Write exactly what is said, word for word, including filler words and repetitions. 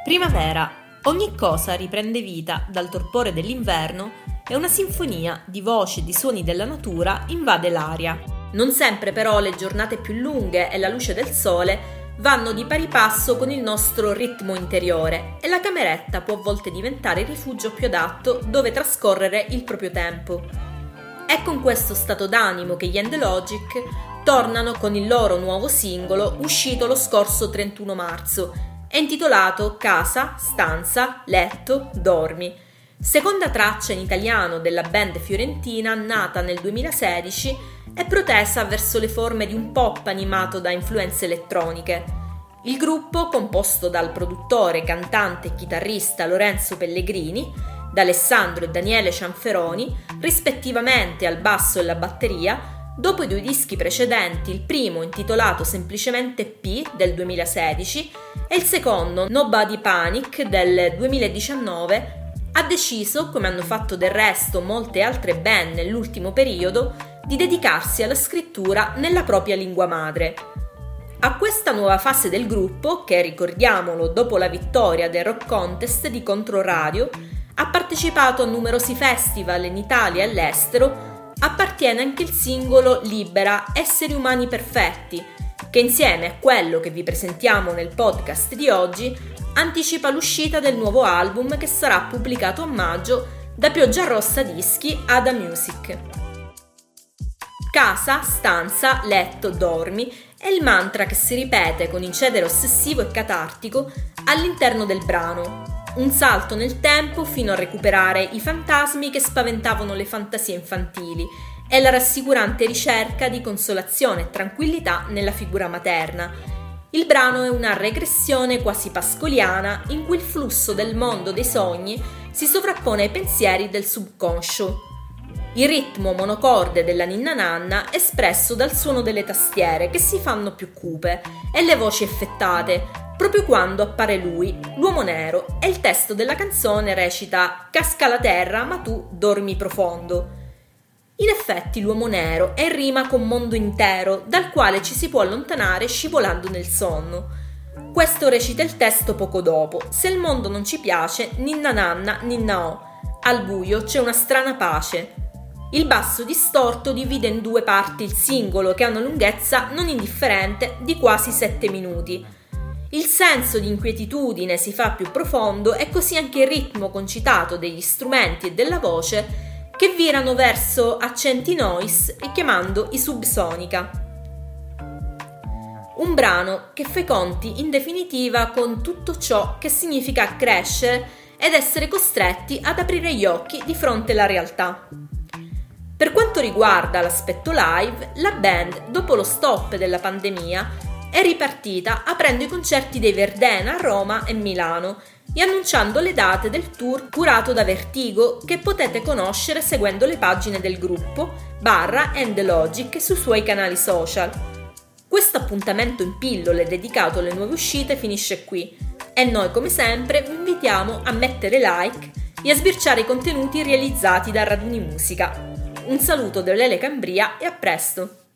Primavera. Ogni cosa riprende vita dal torpore dell'inverno e una sinfonia di voci e di suoni della natura invade l'aria. Non sempre però le giornate più lunghe e la luce del sole vanno di pari passo con il nostro ritmo interiore e la cameretta può a volte diventare il rifugio più adatto dove trascorrere il proprio tempo. È con questo stato d'animo che gli Endologic tornano con il loro nuovo singolo uscito lo scorso trentuno marzo e intitolato Casa, Stanza, Letto, Dormi, seconda traccia in italiano della band fiorentina nata nel duemilasedici e protesa verso le forme di un pop animato da influenze elettroniche. Il gruppo, composto dal produttore, cantante e chitarrista Lorenzo Pellegrini, da Alessandro e Daniele Cianferoni, rispettivamente al basso e alla batteria, dopo i due dischi precedenti, il primo intitolato semplicemente P del duemilasedici e il secondo Nobody Panic del duemiladiciannove, ha deciso, come hanno fatto del resto molte altre band nell'ultimo periodo, di dedicarsi alla scrittura nella propria lingua madre. A questa nuova fase del gruppo, che ricordiamolo dopo la vittoria del Rock Contest di Controradio, ha partecipato a numerosi festival in Italia e all'estero, appartiene anche il singolo Libera, Esseri Umani Perfetti, che insieme a quello che vi presentiamo nel podcast di oggi anticipa l'uscita del nuovo album che sarà pubblicato a maggio da Pioggia Rossa Dischi Ada Music. Casa, stanza, letto, dormi è il mantra che si ripete con incedere ossessivo e catartico all'interno del brano. Un salto nel tempo fino a recuperare i fantasmi che spaventavano le fantasie infantili e la rassicurante ricerca di consolazione e tranquillità nella figura materna. Il brano è una regressione quasi pascoliana in cui il flusso del mondo dei sogni si sovrappone ai pensieri del subconscio. Il ritmo monocorde della ninna nanna è espresso dal suono delle tastiere che si fanno più cupe e le voci effettate, proprio quando appare lui, l'uomo nero, e il testo della canzone recita «Casca la terra, ma tu dormi profondo». In effetti l'uomo nero è in rima con mondo intero, dal quale ci si può allontanare scivolando nel sonno. Questo recita il testo poco dopo: «Se il mondo non ci piace, ninna nanna, ninna oh, al buio c'è una strana pace». Il basso distorto divide in due parti il singolo, che ha una lunghezza non indifferente di quasi sette minuti. Il senso di inquietudine si fa più profondo e così anche il ritmo concitato degli strumenti e della voce che virano verso accenti noise richiamando i subsonica. Un brano che fa i conti in definitiva con tutto ciò che significa crescere ed essere costretti ad aprire gli occhi di fronte alla realtà. Per quanto riguarda l'aspetto live, la band, dopo lo stop della pandemia, è ripartita aprendo i concerti dei Verdena a Roma e Milano e annunciando le date del tour curato da Vertigo, che potete conoscere seguendo le pagine del gruppo barra Endologic sui suoi canali social. Questo appuntamento in pillole dedicato alle nuove uscite finisce qui e noi, come sempre, vi invitiamo a mettere like e a sbirciare i contenuti realizzati da Raduni Musica. Un saluto da Lele Cambria e a presto!